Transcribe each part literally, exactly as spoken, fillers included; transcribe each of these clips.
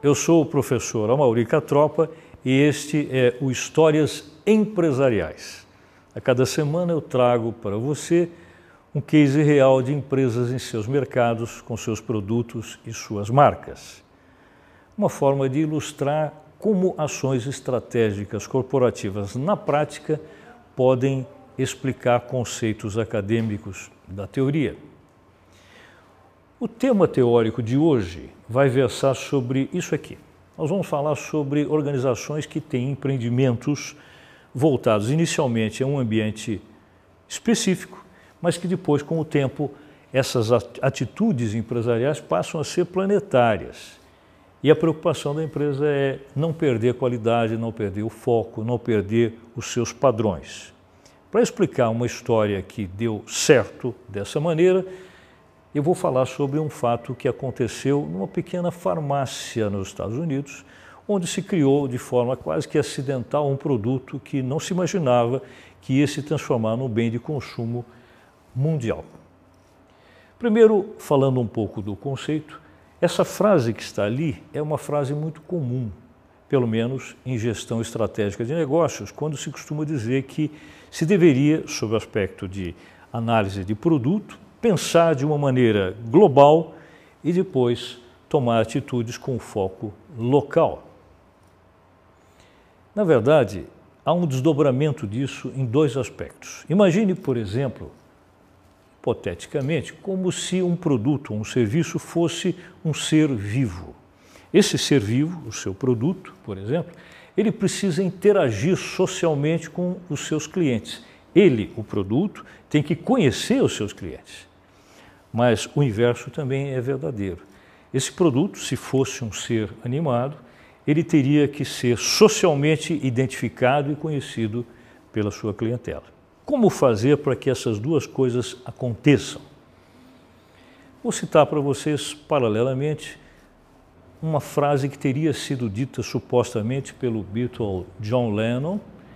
eu sou o professor Amaury Catropa e este é o Histórias Empresariais. A cada semana eu trago para você um case real de empresas em seus mercados, com seus produtos e suas marcas. Uma forma de ilustrar como ações estratégicas corporativas na prática podem explicar conceitos acadêmicos da teoria. O tema teórico de hoje vai versar sobre isso aqui. Nós vamos falar sobre organizações que têm empreendimentos voltados inicialmente a um ambiente específico, mas que depois, com o tempo, essas atitudes empresariais passam a ser planetárias. E a preocupação da empresa é não perder qualidade, não perder o foco, não perder os seus padrões. Para explicar uma história que deu certo dessa maneira, eu vou falar sobre um fato que aconteceu numa pequena farmácia nos Estados Unidos, onde se criou de forma quase que acidental um produto que não se imaginava que ia se transformar num bem de consumo mundial. Primeiro, falando um pouco do conceito, essa frase que está ali é uma frase muito comum, pelo menos em gestão estratégica de negócios, quando se costuma dizer que se deveria, sob o aspecto de análise de produto, pensar de uma maneira global e depois tomar atitudes com foco local. Na verdade, há um desdobramento disso em dois aspectos. Imagine, por exemplo, hipoteticamente, como se um produto ou um serviço fosse um ser vivo. Esse ser vivo, o seu produto, por exemplo, ele precisa interagir socialmente com os seus clientes. Ele, o produto, tem que conhecer os seus clientes. Mas o inverso também é verdadeiro. Esse produto, se fosse um ser animado, ele teria que ser socialmente identificado e conhecido pela sua clientela. Como fazer para que essas duas coisas aconteçam? Vou citar para vocês, paralelamente, uma frase que teria sido dita supostamente pelo Beatle John Lennon,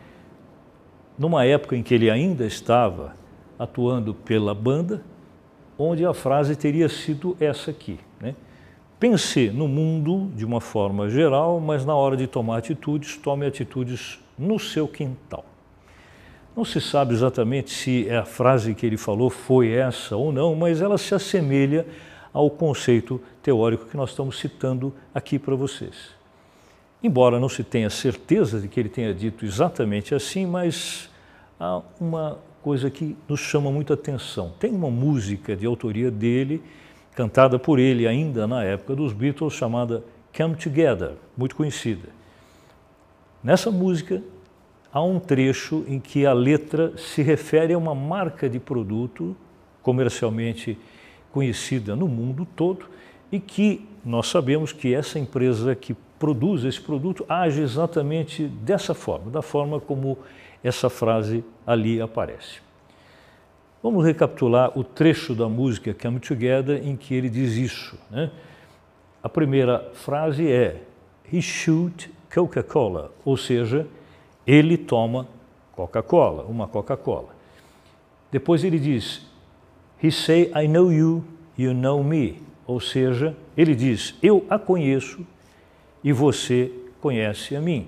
numa época em que ele ainda estava atuando pela banda, onde a frase teria sido essa aqui, né? Pense no mundo de uma forma geral, mas na hora de tomar atitudes, tome atitudes no seu quintal. Não se sabe exatamente se a frase que ele falou foi essa ou não, mas ela se assemelha ao conceito teórico que nós estamos citando aqui para vocês. Embora não se tenha certeza de que ele tenha dito exatamente assim, mas há uma coisa que nos chama muita atenção. Tem uma música de autoria dele, cantada por ele ainda na época dos Beatles, chamada Come Together, muito conhecida. Nessa música há um trecho em que a letra se refere a uma marca de produto comercialmente conhecida no mundo todo e que nós sabemos que essa empresa que produz esse produto age exatamente dessa forma, da forma como essa frase ali aparece. Vamos recapitular o trecho da música Come Together em que ele diz isso, né? A primeira frase é He shoot Coca-Cola, ou seja, ele toma Coca-Cola, uma Coca-Cola. Depois ele diz He say I know you, you know me, ou seja, ele diz eu a conheço e você conhece a mim.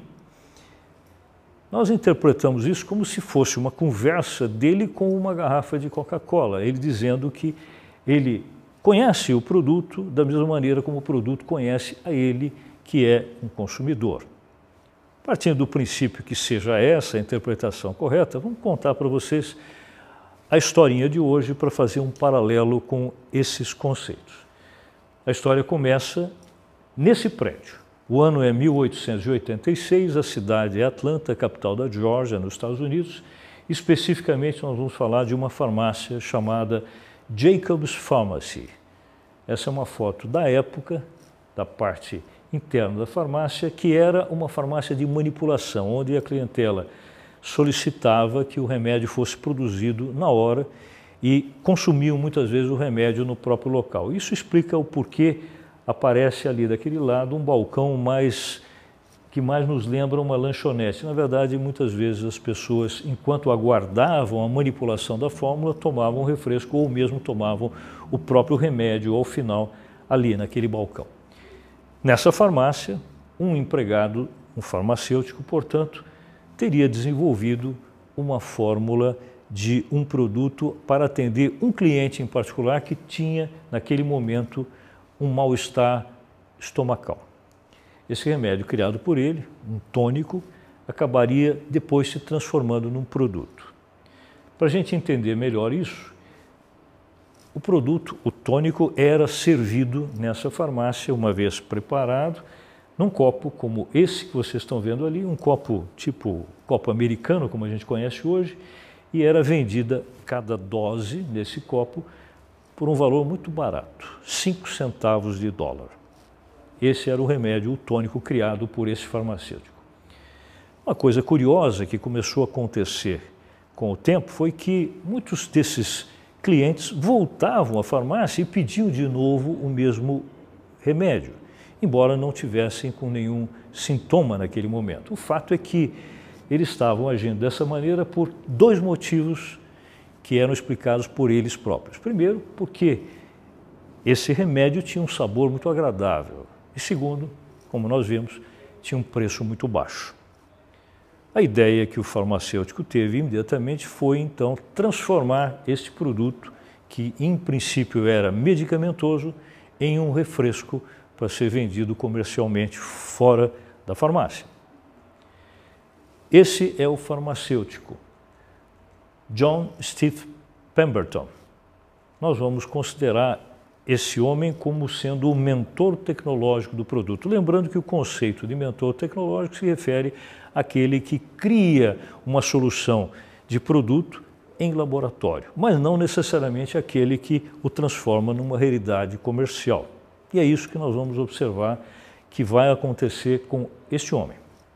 Nós interpretamos isso como se fosse uma conversa dele com uma garrafa de Coca-Cola, ele dizendo que ele conhece o produto da mesma maneira como o produto conhece a ele, que é um consumidor. Partindo do princípio que seja essa a interpretação correta, vamos contar para vocês a historinha de hoje para fazer um paralelo com esses conceitos. A história começa nesse prédio. O ano é mil oitocentos e oitenta e seis, a cidade é Atlanta, capital da Geórgia, nos Estados Unidos. Especificamente, nós vamos falar de uma farmácia chamada Jacobs Pharmacy. Essa é uma foto da época, da parte interna da farmácia, que era uma farmácia de manipulação, onde a clientela solicitava que o remédio fosse produzido na hora e consumiam muitas vezes o remédio no próprio local. Isso explica o porquê aparece ali daquele lado um balcão mais, que mais nos lembra uma lanchonete. Na verdade, muitas vezes as pessoas, enquanto aguardavam a manipulação da fórmula, tomavam refresco ou mesmo tomavam o próprio remédio ao final ali naquele balcão. Nessa farmácia, um empregado, um farmacêutico, portanto, teria desenvolvido uma fórmula de um produto para atender um cliente em particular que tinha, naquele momento, um mal-estar estomacal. Esse remédio criado por ele, um tônico, acabaria depois se transformando num produto. Para a gente entender melhor isso, o produto, o tônico, era servido nessa farmácia, uma vez preparado, num copo como esse que vocês estão vendo ali, um copo tipo copo americano, como a gente conhece hoje, e era vendida cada dose nesse copo por um valor muito barato, cinco centavos de dólar. Esse era o remédio, o tônico criado por esse farmacêutico. Uma coisa curiosa que começou a acontecer com o tempo foi que muitos desses clientes voltavam à farmácia e pediam de novo o mesmo remédio, embora não tivessem com nenhum sintoma naquele momento. O fato é que eles estavam agindo dessa maneira por dois motivos que eram explicados por eles próprios. Primeiro, porque esse remédio tinha um sabor muito agradável. E segundo, como nós vimos, tinha um preço muito baixo. A ideia que o farmacêutico teve imediatamente foi, então, transformar este produto, que em princípio era medicamentoso, em um refresco para ser vendido comercialmente fora da farmácia. Esse é o farmacêutico, John Steve Pemberton. Nós vamos considerar esse homem como sendo o mentor tecnológico do produto. Lembrando que o conceito de mentor tecnológico se refere àquele que cria uma solução de produto em laboratório, mas não necessariamente aquele que o transforma numa realidade comercial. E é isso que nós vamos observar que vai acontecer com este homem.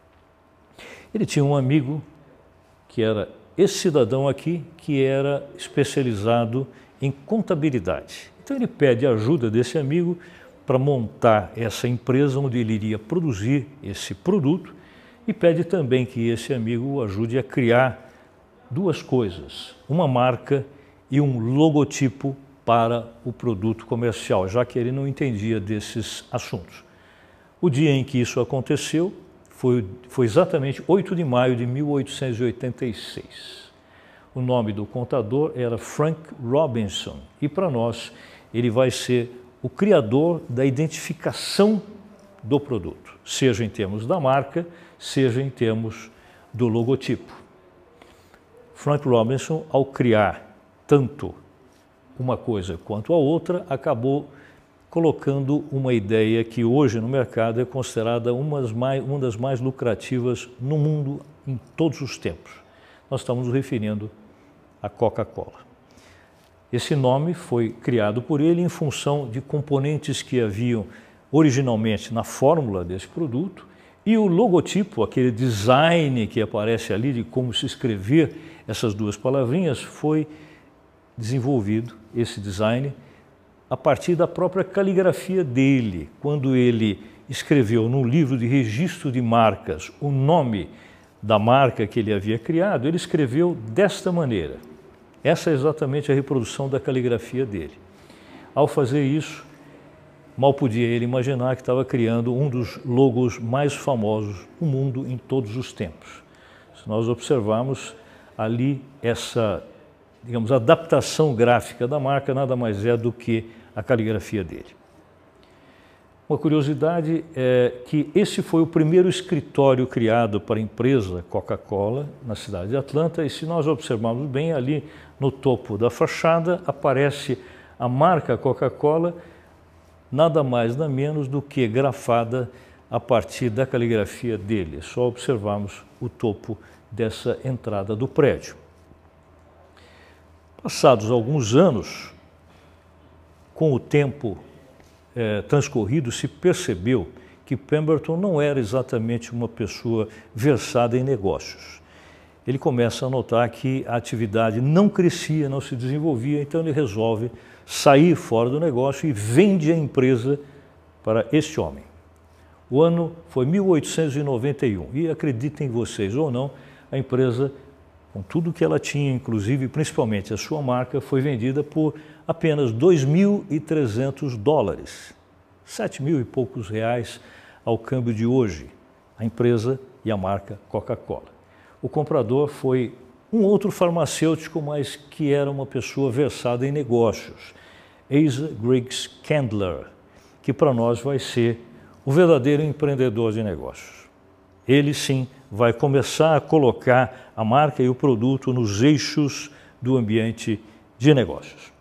Ele tinha um amigo que era esse cidadão aqui, que era especializado em contabilidade. Então ele pede a ajuda desse amigo para montar essa empresa onde ele iria produzir esse produto e pede também que esse amigo o ajude a criar duas coisas, uma marca e um logotipo para o produto comercial, já que ele não entendia desses assuntos. O dia em que isso aconteceu foi, foi exatamente oito de maio de mil oitocentos e oitenta e seis. O nome do contador era Frank Robinson e para nós ele vai ser o criador da identificação do produto, seja em termos da marca, seja em termos do logotipo. Frank Robinson, ao criar tanto uma coisa quanto a outra, acabou colocando uma ideia que hoje no mercado é considerada uma das mais, uma das mais lucrativas no mundo em todos os tempos. Nós estamos nos referindo à Coca-Cola. Esse nome foi criado por ele em função de componentes que haviam originalmente na fórmula desse produto e o logotipo, aquele design que aparece ali de como se escrever essas duas palavrinhas, foi desenvolvido, esse design, a partir da própria caligrafia dele. Quando ele escreveu no livro de registro de marcas o nome da marca que ele havia criado, ele escreveu desta maneira. Essa é exatamente a reprodução da caligrafia dele. Ao fazer isso, mal podia ele imaginar que estava criando um dos logos mais famosos do mundo em todos os tempos. Se nós observarmos ali essa, digamos, adaptação gráfica da marca, nada mais é do que a caligrafia dele. Uma curiosidade é que esse foi o primeiro escritório criado para a empresa Coca-Cola na cidade de Atlanta, e se nós observarmos bem, ali no topo da fachada aparece a marca Coca-Cola, nada mais nada menos do que grafada a partir da caligrafia dele. É só observarmos o topo dessa entrada do prédio. Passados alguns anos, com o tempo eh, transcorrido, se percebeu que Pemberton não era exatamente uma pessoa versada em negócios. Ele começa a notar que a atividade não crescia, não se desenvolvia, então ele resolve sair fora do negócio e vende a empresa para este homem. O ano foi mil oitocentos e noventa e um e, acreditem vocês ou não, a empresa, com tudo que ela tinha, inclusive principalmente a sua marca, foi vendida por apenas dois mil e trezentos dólares. sete mil e poucos reais ao câmbio de hoje, a empresa e a marca Coca-Cola. O comprador foi um outro farmacêutico, mas que era uma pessoa versada em negócios, Asa Griggs Candler, que para nós vai ser o verdadeiro empreendedor de negócios. Ele sim vai começar a colocar a marca e o produto nos eixos do ambiente de negócios.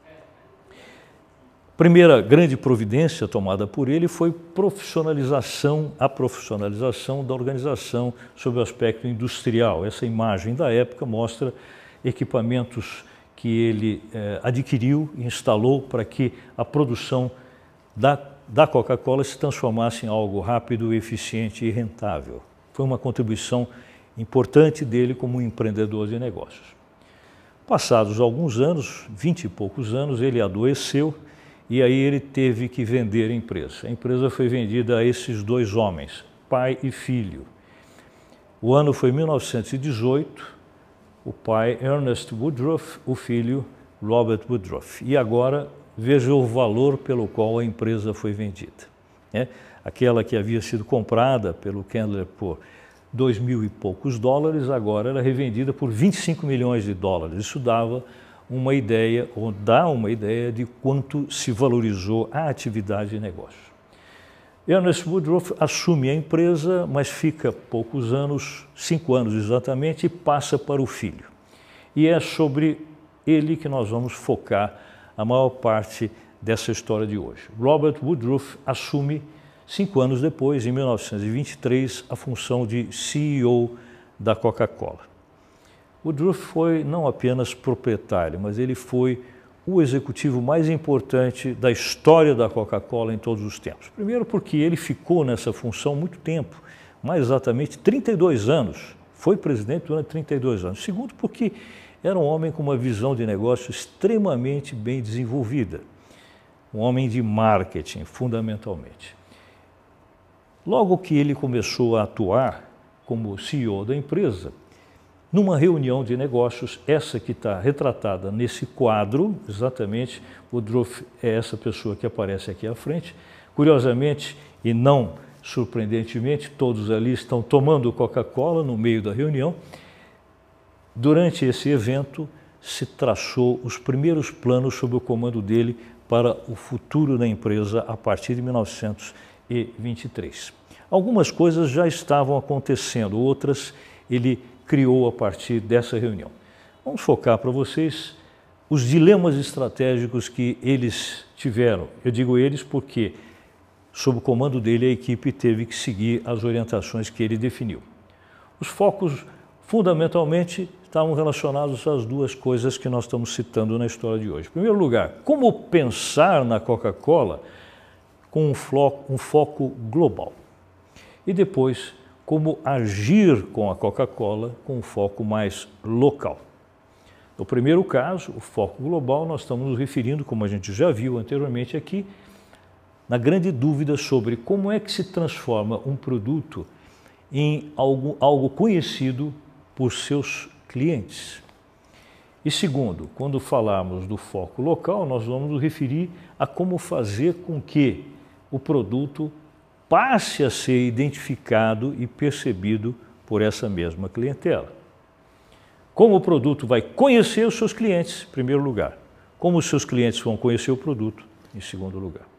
Primeira grande providência tomada por ele foi profissionalização, a profissionalização da organização sob o aspecto industrial. Essa imagem da época mostra equipamentos que ele eh, adquiriu e instalou para que a produção da, da Coca-Cola se transformasse em algo rápido, eficiente e rentável. Foi uma contribuição importante dele como um empreendedor de negócios. Passados alguns anos, vinte e poucos anos, ele adoeceu e aí ele teve que vender a empresa. A empresa foi vendida a esses dois homens, pai e filho. O ano foi mil novecentos e dezoito, o pai Ernest Woodruff, o filho Robert Woodruff. E agora veja o valor pelo qual a empresa foi vendida. É, aquela que havia sido comprada pelo Candler por dois mil e poucos dólares, agora era revendida por vinte e cinco milhões de dólares. Isso dava uma ideia, ou dá uma ideia de quanto se valorizou a atividade de negócio. Ernest Woodruff assume a empresa, mas fica poucos anos, cinco anos exatamente, e passa para o filho. E é sobre ele que nós vamos focar a maior parte dessa história de hoje. Robert Woodruff assume, cinco anos depois, em mil novecentos e vinte e três, a função de C E O da Coca-Cola. Woodruff foi não apenas proprietário, mas ele foi o executivo mais importante da história da Coca-Cola em todos os tempos. Primeiro porque ele ficou nessa função muito tempo, mais exatamente trinta e dois anos. Foi presidente durante trinta e dois anos. Segundo porque era um homem com uma visão de negócio extremamente bem desenvolvida. Um homem de marketing, fundamentalmente. Logo que ele começou a atuar como C E O da empresa, numa reunião de negócios, essa que está retratada nesse quadro, exatamente, Woodruff é essa pessoa que aparece aqui à frente. Curiosamente, e não surpreendentemente, todos ali estão tomando Coca-Cola no meio da reunião. Durante esse evento, se traçou os primeiros planos sob o comando dele para o futuro da empresa a partir de mil novecentos e vinte e três. Algumas coisas já estavam acontecendo, outras ele criou a partir dessa reunião. Vamos focar para vocês os dilemas estratégicos que eles tiveram. Eu digo eles porque, sob o comando dele, a equipe teve que seguir as orientações que ele definiu. Os focos, fundamentalmente, estavam relacionados às duas coisas que nós estamos citando na história de hoje. Em primeiro lugar, como pensar na Coca-Cola com um foco, um foco global. E depois, como agir com a Coca-Cola com um foco mais local. No primeiro caso, o foco global, nós estamos nos referindo, como a gente já viu anteriormente aqui, na grande dúvida sobre como é que se transforma um produto em algo, algo conhecido por seus clientes. E segundo, quando falarmos do foco local, nós vamos nos referir a como fazer com que o produto passe a ser identificado e percebido por essa mesma clientela. Como o produto vai conhecer os seus clientes, em primeiro lugar. Como os seus clientes vão conhecer o produto, em segundo lugar.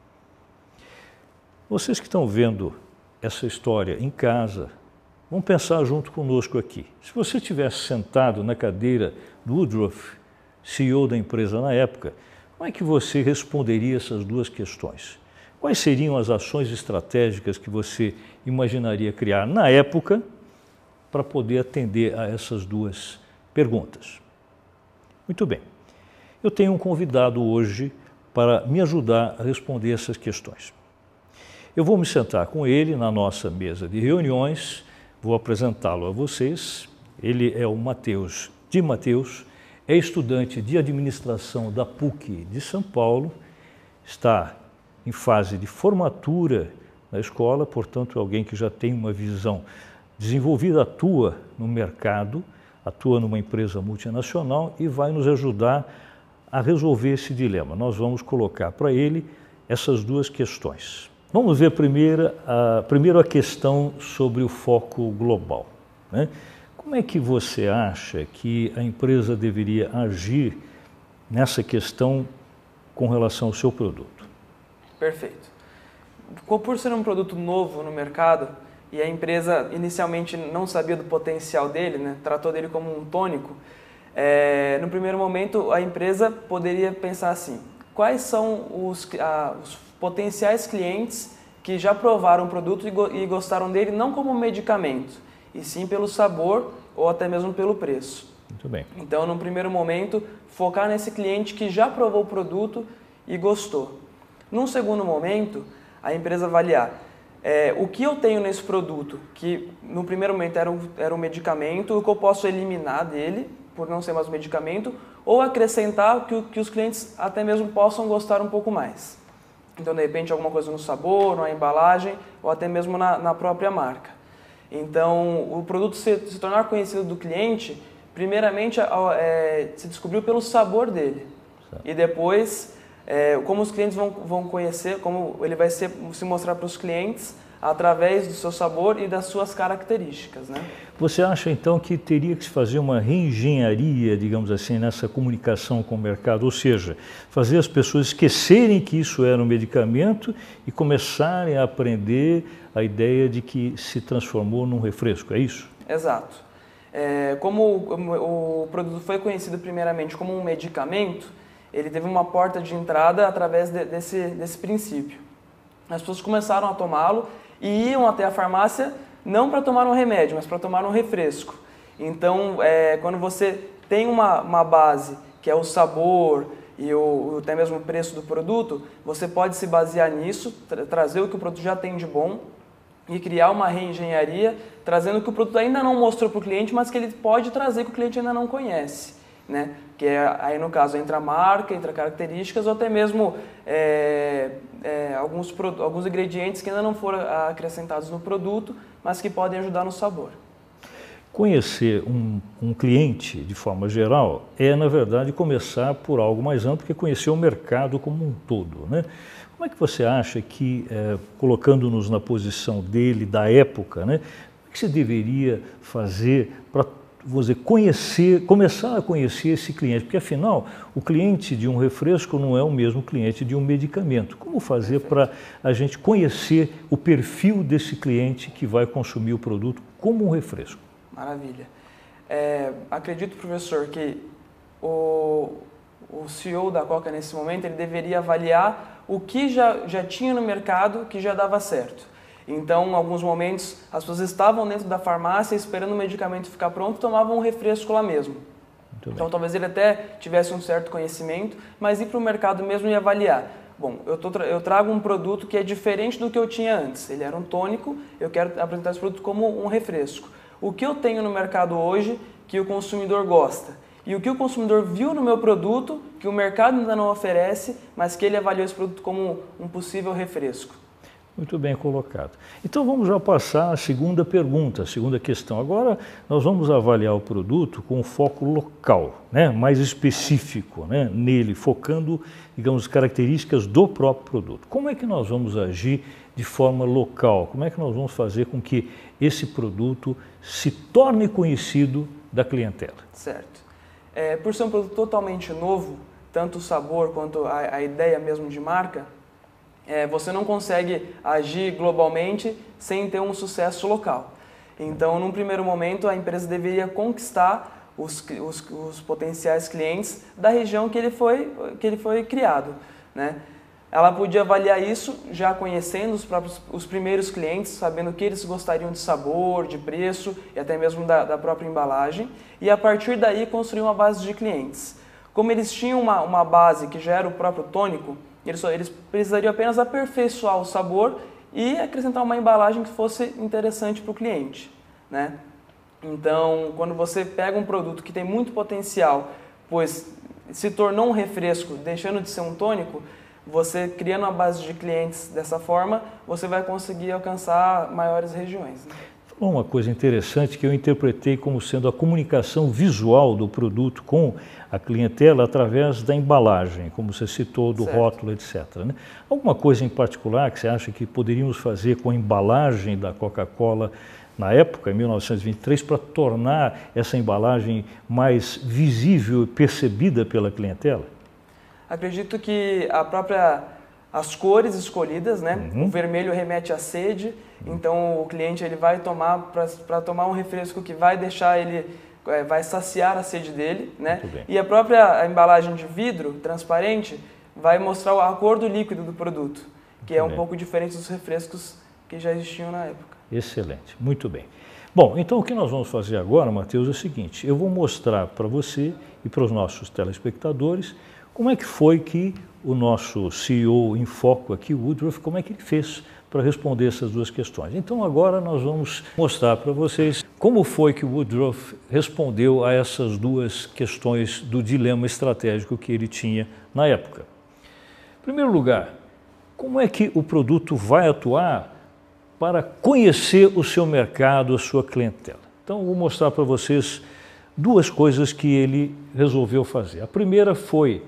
Vocês que estão vendo essa história em casa, vão pensar junto conosco aqui. Se você tivesse sentado na cadeira do Woodruff, C E O da empresa na época, como é que você responderia essas duas questões? Quais seriam as ações estratégicas que você imaginaria criar na época para poder atender a essas duas perguntas? Muito bem. Eu tenho um convidado hoje para me ajudar a responder essas questões. Eu vou me sentar com ele na nossa mesa de reuniões, vou apresentá-lo a vocês. Ele é o Matheus de Matheus, é estudante de administração da PUC de São Paulo, está em fase de formatura na escola, portanto, é alguém que já tem uma visão desenvolvida, atua no mercado, atua numa empresa multinacional e vai nos ajudar a resolver esse dilema. Nós vamos colocar para ele essas duas questões. Vamos ver primeiro a, primeiro a questão sobre o foco global, né? Como é que você acha que a empresa deveria agir nessa questão com relação ao seu produto? Perfeito. Por ser um produto novo no mercado e a empresa inicialmente não sabia do potencial dele, né, tratou dele como um tônico, é, no primeiro momento a empresa poderia pensar assim: quais são os, ah, os potenciais clientes que já provaram o produto e, go e gostaram dele não como medicamento, e sim pelo sabor ou até mesmo pelo preço. Muito bem. Então, no primeiro momento, focar nesse cliente que já provou o produto e gostou. Num segundo momento, a empresa avaliar é, o que eu tenho nesse produto, que no primeiro momento era um, era um medicamento, o que eu posso eliminar dele, por não ser mais um medicamento, ou acrescentar que, que os clientes até mesmo possam gostar um pouco mais. Então, de repente, alguma coisa no sabor, na embalagem, ou até mesmo na, na própria marca. Então, o produto se, se tornar conhecido do cliente, primeiramente é, se descobriu pelo sabor dele. Certo. E depois, é, como os clientes vão, vão conhecer, como ele vai ser, se mostrar para os clientes através do seu sabor e das suas características, né? Você acha então que teria que se fazer uma reengenharia, digamos assim, nessa comunicação com o mercado, ou seja, fazer as pessoas esquecerem que isso era um medicamento e começarem a aprender a ideia de que se transformou num refresco, é isso? Exato. É, como o, o produto foi conhecido primeiramente como um medicamento, ele teve uma porta de entrada através de, desse, desse princípio. As pessoas começaram a tomá-lo e iam até a farmácia não para tomar um remédio, mas para tomar um refresco. Então, é, quando você tem uma, uma base, que é o sabor e o, até mesmo o preço do produto, você pode se basear nisso, tra trazer o que o produto já tem de bom e criar uma reengenharia, trazendo o que o produto ainda não mostrou para o cliente, mas que ele pode trazer que o cliente ainda não conhece, né? Que é, aí no caso entra a marca, entra características ou até mesmo é, é, alguns, alguns ingredientes que ainda não foram acrescentados no produto, mas que podem ajudar no sabor. Conhecer um, um cliente de forma geral é, na verdade, começar por algo mais amplo, que é conhecer o mercado como um todo, né? Como é que você acha que, é, colocando-nos na posição dele, da época, né, o que você deveria fazer para você conhecer, começar a conhecer esse cliente? Porque, afinal, o cliente de um refresco não é o mesmo cliente de um medicamento. Como fazer para a gente conhecer o perfil desse cliente que vai consumir o produto como um refresco? Maravilha. É, acredito, professor, que o, o C E O da Coca, nesse momento, ele deveria avaliar o que já, já tinha no mercado que já dava certo. Então, em alguns momentos, as pessoas estavam dentro da farmácia esperando o medicamento ficar pronto e tomavam um refresco lá mesmo. Muito então, bem. Talvez ele até tivesse um certo conhecimento, mas ir para o mercado mesmo e avaliar. Bom, eu, tô, eu trago um produto que é diferente do que eu tinha antes. Ele era um tônico, eu quero apresentar esse produto como um refresco. O que eu tenho no mercado hoje que o consumidor gosta? E o que o consumidor viu no meu produto, que o mercado ainda não oferece, mas que ele avaliou esse produto como um possível refresco. Muito bem colocado. Então vamos já passar à segunda pergunta, a segunda questão. Agora nós vamos avaliar o produto com foco local, né, mais específico, né, nele, focando, digamos, características do próprio produto. Como é que nós vamos agir de forma local? Como é que nós vamos fazer com que esse produto se torne conhecido da clientela? Certo. É, por ser um produto totalmente novo, tanto o sabor quanto a, a ideia mesmo de marca, é, você não consegue agir globalmente sem ter um sucesso local. Então, num primeiro momento, a empresa deveria conquistar os, os, os potenciais clientes da região que ele foi, que ele foi criado, né? Ela podia avaliar isso já conhecendo os, próprios, os primeiros clientes, sabendo o que eles gostariam de sabor, de preço e até mesmo da, da própria embalagem, e a partir daí construir uma base de clientes. Como eles tinham uma, uma base que já era o próprio tônico, eles, só, eles precisariam apenas aperfeiçoar o sabor e acrescentar uma embalagem que fosse interessante para o cliente, né? Então, quando você pega um produto que tem muito potencial, pois se tornou um refresco, deixando de ser um tônico, você criando uma base de clientes dessa forma, você vai conseguir alcançar maiores regiões, né? falou uma coisa interessante que eu interpretei como sendo a comunicação visual do produto com a clientela através da embalagem, como você citou, do certo. rótulo, etcétera, né? Alguma coisa em particular que você acha que poderíamos fazer com a embalagem da Coca-Cola na época, em mil novecentos e vinte e três, para tornar essa embalagem mais visível e percebida pela clientela? Acredito que a própria, as cores escolhidas, né? Uhum. O vermelho remete à sede, uhum. Então o cliente ele vai tomar, para tomar um refresco que vai deixar ele, é, vai saciar a sede dele, né? E a própria a embalagem de vidro transparente vai mostrar a cor do líquido do produto, que é um pouco diferente dos refrescos que já existiam na época. Excelente, muito bem. Bom, então o que nós vamos fazer agora, Matheus, é o seguinte, eu vou mostrar para você e para os nossos telespectadores como é que foi que o nosso C E O em foco aqui, o Woodruff, como é que ele fez para responder essas duas questões. Então agora nós vamos mostrar para vocês como foi que o Woodruff respondeu a essas duas questões do dilema estratégico que ele tinha na época. Em primeiro lugar, como é que o produto vai atuar para conhecer o seu mercado, a sua clientela? Então, eu vou mostrar para vocês duas coisas que ele resolveu fazer. A primeira foi,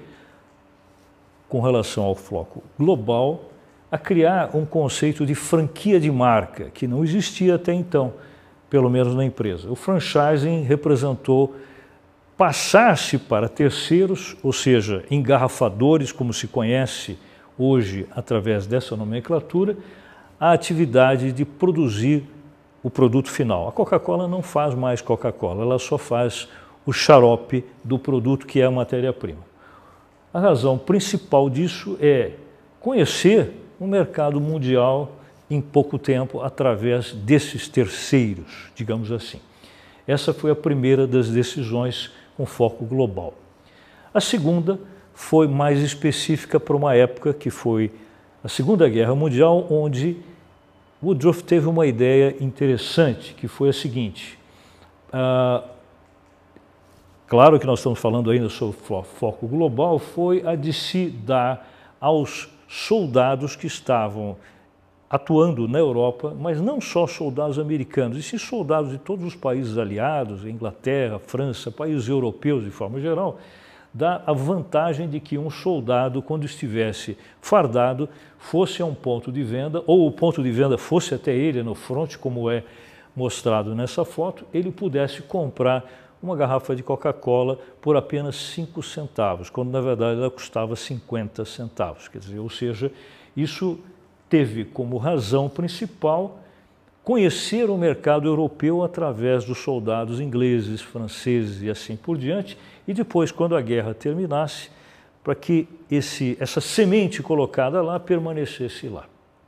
com relação ao foco global, a criar um conceito de franquia de marca, que não existia até então, pelo menos na empresa. O franchising representou passar-se para terceiros, ou seja, engarrafadores, como se conhece hoje através dessa nomenclatura, a atividade de produzir o produto final. A Coca-Cola não faz mais Coca-Cola, ela só faz o xarope do produto que é a matéria-prima. A razão principal disso é conhecer o mercado mundial em pouco tempo através desses terceiros, digamos assim. Essa foi a primeira das decisões com foco global. A segunda foi mais específica para uma época que foi a Segunda Guerra Mundial, onde Woodruff teve uma ideia interessante, que foi a seguinte. Ah, claro que nós estamos falando ainda sobre foco global, foi a de se dar aos soldados que estavam atuando na Europa, mas não só soldados americanos, e sim soldados de todos os países aliados, Inglaterra, França, países europeus de forma geral, dá a vantagem de que um soldado, quando estivesse fardado, fosse a um ponto de venda, ou o ponto de venda fosse até ele no fronte, como é mostrado nessa foto, ele pudesse comprar uma garrafa de Coca-Cola por apenas cinco centavos, quando na verdade ela custava cinquenta centavos. Quer dizer, ou seja, isso teve como razão principal conhecer o mercado europeu através dos soldados ingleses, franceses e assim por diante, e depois, quando a guerra terminasse, para que esse, essa semente colocada lá permanecesse lá.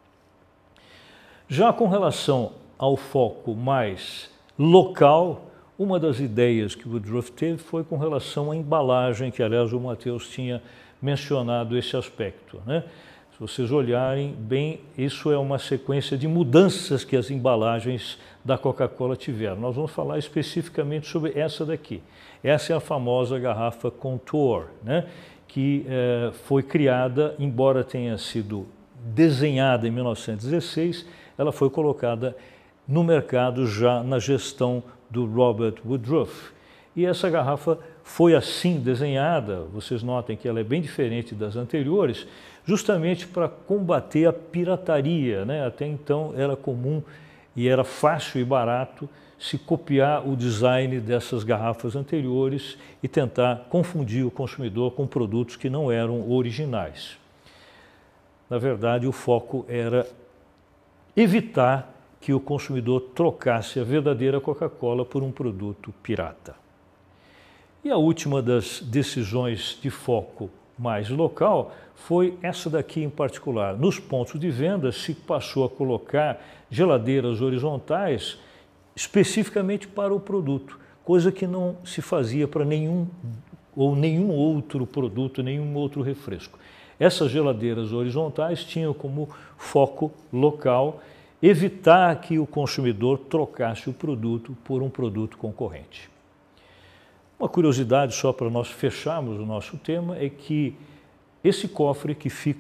Já com relação ao foco mais local, uma das ideias que o Woodruff teve foi com relação à embalagem, que aliás o Matheus tinha mencionado esse aspecto, né? Se vocês olharem bem, isso é uma sequência de mudanças que as embalagens da Coca-Cola tiveram. Nós vamos falar especificamente sobre essa daqui. Essa é a famosa garrafa Contour, né? Que eh, foi criada, embora tenha sido desenhada em mil novecentos e dezesseis, ela foi colocada no mercado já na gestão do Robert Woodruff. E essa garrafa foi assim desenhada, vocês notem que ela é bem diferente das anteriores, justamente para combater a pirataria, né? Até então era comum e era fácil e barato se copiar o design dessas garrafas anteriores e tentar confundir o consumidor com produtos que não eram originais. Na verdade, o foco era evitar que o consumidor trocasse a verdadeira Coca-Cola por um produto pirata. E a última das decisões de foco mais local foi essa daqui em particular. Nos pontos de venda se passou a colocar geladeiras horizontais especificamente para o produto, coisa que não se fazia para nenhum ou nenhum outro produto, nenhum outro refresco. Essas geladeiras horizontais tinham como foco local evitar que o consumidor trocasse o produto por um produto concorrente. Uma curiosidade só para nós fecharmos o nosso tema é que esse cofre que fica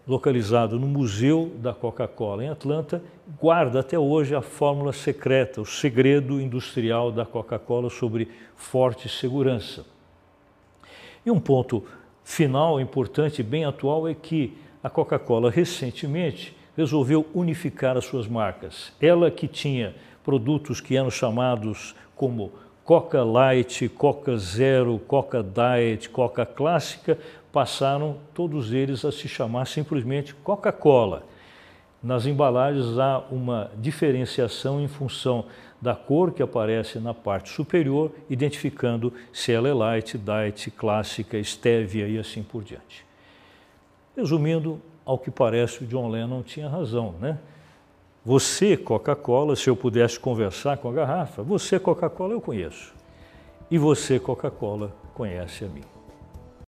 localizado no Museu da Coca-Cola em Atlanta, guarda até hoje a fórmula secreta, o segredo industrial da Coca-Cola sobre forte segurança. E um ponto final importante, bem atual, é que a Coca-Cola recentemente resolveu unificar as suas marcas. Ela que tinha produtos que eram chamados como Coca Light, Coca Zero, Coca Diet, Coca Clássica, passaram todos eles a se chamar simplesmente Coca-Cola. Nas embalagens há uma diferenciação em função da cor que aparece na parte superior, identificando se ela é Light, Diet, Clássica, Stevia e assim por diante. Resumindo, ao que parece, o John Lennon tinha razão, né? Você, Coca-Cola, se eu pudesse conversar com a garrafa, você, Coca-Cola, eu conheço. E você, Coca-Cola, conhece a mim.